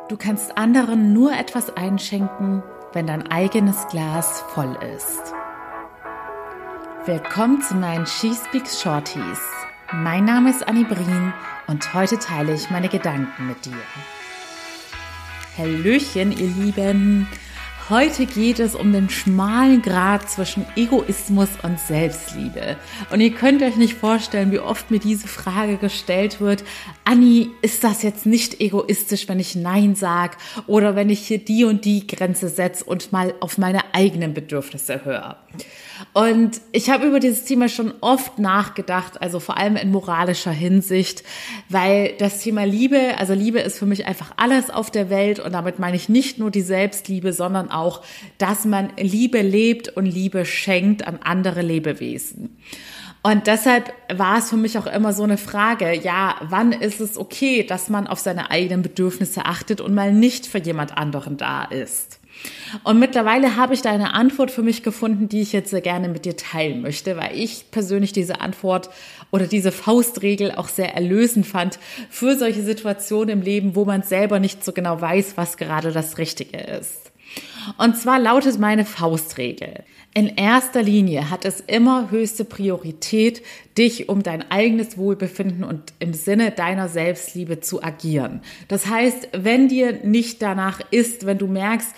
Du kannst anderen nur etwas einschenken, wenn dein eigenes Glas voll ist. Willkommen zu meinen She Speaks Shorties. Mein Name ist Annie Brien und heute teile ich meine Gedanken mit dir. Hallöchen, ihr Lieben! Heute geht es um den schmalen Grat zwischen Egoismus und Selbstliebe. Und ihr könnt euch nicht vorstellen, wie oft mir diese Frage gestellt wird. Anni, ist das jetzt nicht egoistisch, wenn ich Nein sage oder wenn ich hier die und die Grenze setze und mal auf meine eigenen Bedürfnisse höre? Und ich habe über dieses Thema schon oft nachgedacht, also vor allem in moralischer Hinsicht, weil das Thema Liebe, also Liebe ist für mich einfach alles auf der Welt und damit meine ich nicht nur die Selbstliebe, sondern auch, dass man Liebe lebt und Liebe schenkt an andere Lebewesen. Und deshalb war es für mich auch immer so eine Frage, ja, wann ist es okay, dass man auf seine eigenen Bedürfnisse achtet und mal nicht für jemand anderen da ist? Und mittlerweile habe ich da eine Antwort für mich gefunden, die ich jetzt sehr gerne mit dir teilen möchte, weil ich persönlich diese Antwort oder diese Faustregel auch sehr erlösend fand für solche Situationen im Leben, wo man selber nicht so genau weiß, was gerade das Richtige ist. Und zwar lautet meine Faustregel: In erster Linie hat es immer höchste Priorität, dich um dein eigenes Wohlbefinden und im Sinne deiner Selbstliebe zu agieren. Das heißt, wenn dir nicht danach ist, wenn du merkst,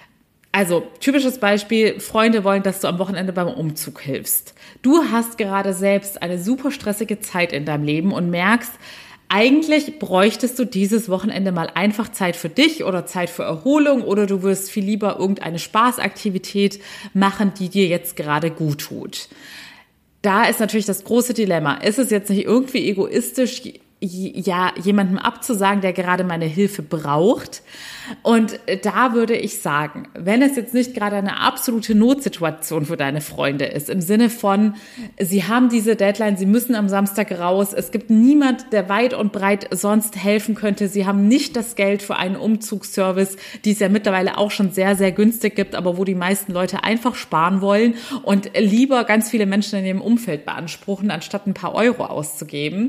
also typisches Beispiel, Freunde wollen, dass du am Wochenende beim Umzug hilfst. Du hast gerade selbst eine super stressige Zeit in deinem Leben und merkst, eigentlich bräuchtest du dieses Wochenende mal einfach Zeit für dich oder Zeit für Erholung oder du wirst viel lieber irgendeine Spaßaktivität machen, die dir jetzt gerade gut tut. Da ist natürlich das große Dilemma. Ist es jetzt nicht irgendwie egoistisch, ja, jemandem abzusagen, der gerade meine Hilfe braucht? Und da würde ich sagen, wenn es jetzt nicht gerade eine absolute Notsituation für deine Freunde ist, im Sinne von, sie haben diese Deadline, sie müssen am Samstag raus, es gibt niemand, der weit und breit sonst helfen könnte, sie haben nicht das Geld für einen Umzugsservice, die es ja mittlerweile auch schon sehr, sehr günstig gibt, aber wo die meisten Leute einfach sparen wollen und lieber ganz viele Menschen in ihrem Umfeld beanspruchen, anstatt ein paar Euro auszugeben.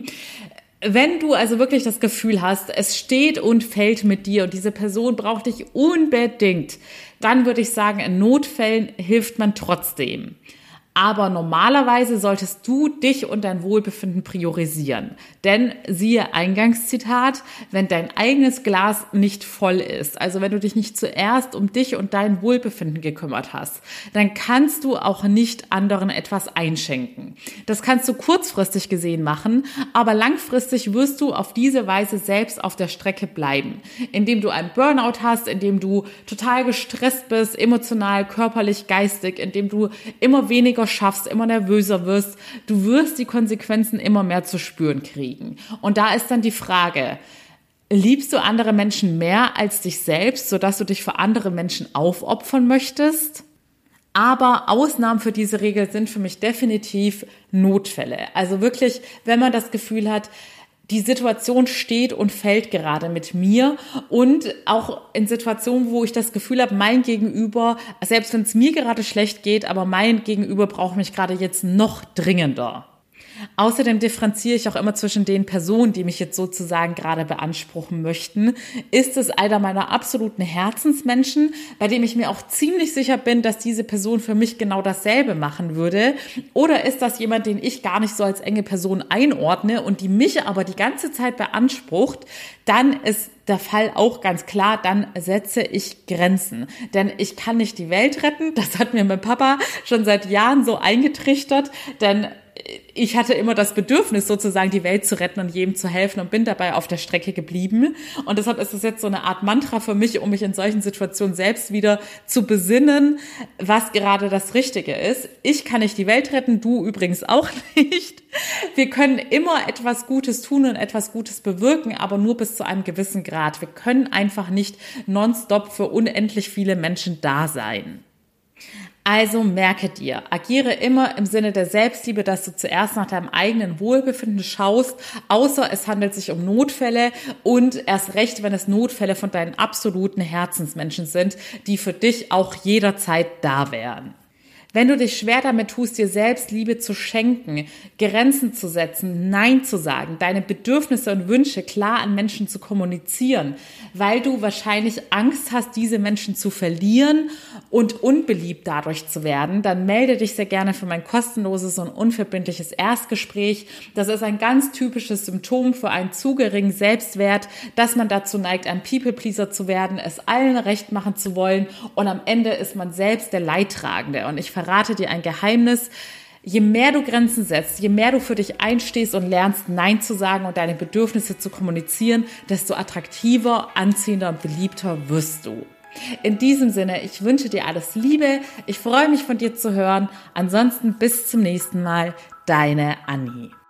Wenn du also wirklich das Gefühl hast, es steht und fällt mit dir und diese Person braucht dich unbedingt, dann würde ich sagen, in Notfällen hilft man trotzdem. Aber normalerweise solltest du dich und dein Wohlbefinden priorisieren. Denn siehe Eingangszitat, wenn dein eigenes Glas nicht voll ist, also wenn du dich nicht zuerst um dich und dein Wohlbefinden gekümmert hast, dann kannst du auch nicht anderen etwas einschenken. Das kannst du kurzfristig gesehen machen, aber langfristig wirst du auf diese Weise selbst auf der Strecke bleiben. Indem du einen Burnout hast, indem du total gestresst bist, emotional, körperlich, geistig, indem du immer weniger schaffst, immer nervöser wirst, du wirst die Konsequenzen immer mehr zu spüren kriegen. Und da ist dann die Frage, liebst du andere Menschen mehr als dich selbst, sodass du dich für andere Menschen aufopfern möchtest? Aber Ausnahmen für diese Regel sind für mich definitiv Notfälle. Also wirklich, wenn man das Gefühl hat, die Situation steht und fällt gerade mit mir und auch in Situationen, wo ich das Gefühl habe, mein Gegenüber, selbst wenn es mir gerade schlecht geht, aber mein Gegenüber braucht mich gerade jetzt noch dringender. Außerdem differenziere ich auch immer zwischen den Personen, die mich jetzt sozusagen gerade beanspruchen möchten. Ist es einer meiner absoluten Herzensmenschen, bei dem ich mir auch ziemlich sicher bin, dass diese Person für mich genau dasselbe machen würde? Oder ist das jemand, den ich gar nicht so als enge Person einordne und die mich aber die ganze Zeit beansprucht? Dann ist der Fall auch ganz klar, dann setze ich Grenzen. Denn ich kann nicht die Welt retten, das hat mir mein Papa schon seit Jahren so eingetrichtert, denn ich hatte immer das Bedürfnis, sozusagen die Welt zu retten und jedem zu helfen und bin dabei auf der Strecke geblieben. Und deshalb ist es jetzt so eine Art Mantra für mich, um mich in solchen Situationen selbst wieder zu besinnen, was gerade das Richtige ist. Ich kann nicht die Welt retten, du übrigens auch nicht. Wir können immer etwas Gutes tun und etwas Gutes bewirken, aber nur bis zu einem gewissen Grad. Wir können einfach nicht nonstop für unendlich viele Menschen da sein. Also merke dir, agiere immer im Sinne der Selbstliebe, dass du zuerst nach deinem eigenen Wohlbefinden schaust, außer es handelt sich um Notfälle und erst recht, wenn es Notfälle von deinen absoluten Herzensmenschen sind, die für dich auch jederzeit da wären. Wenn du dich schwer damit tust, dir selbst Liebe zu schenken, Grenzen zu setzen, Nein zu sagen, deine Bedürfnisse und Wünsche klar an Menschen zu kommunizieren, weil du wahrscheinlich Angst hast, diese Menschen zu verlieren und unbeliebt dadurch zu werden, dann melde dich sehr gerne für mein kostenloses und unverbindliches Erstgespräch. Das ist ein ganz typisches Symptom für einen zu geringen Selbstwert, dass man dazu neigt, ein People-Pleaser zu werden, es allen recht machen zu wollen und am Ende ist man selbst der Leidtragende. Und ich verrate dir ein Geheimnis: Je mehr du Grenzen setzt, je mehr du für dich einstehst und lernst, Nein zu sagen und deine Bedürfnisse zu kommunizieren, desto attraktiver, anziehender und beliebter wirst du. In diesem Sinne, ich wünsche dir alles Liebe. Ich freue mich, von dir zu hören. Ansonsten bis zum nächsten Mal. Deine Anni.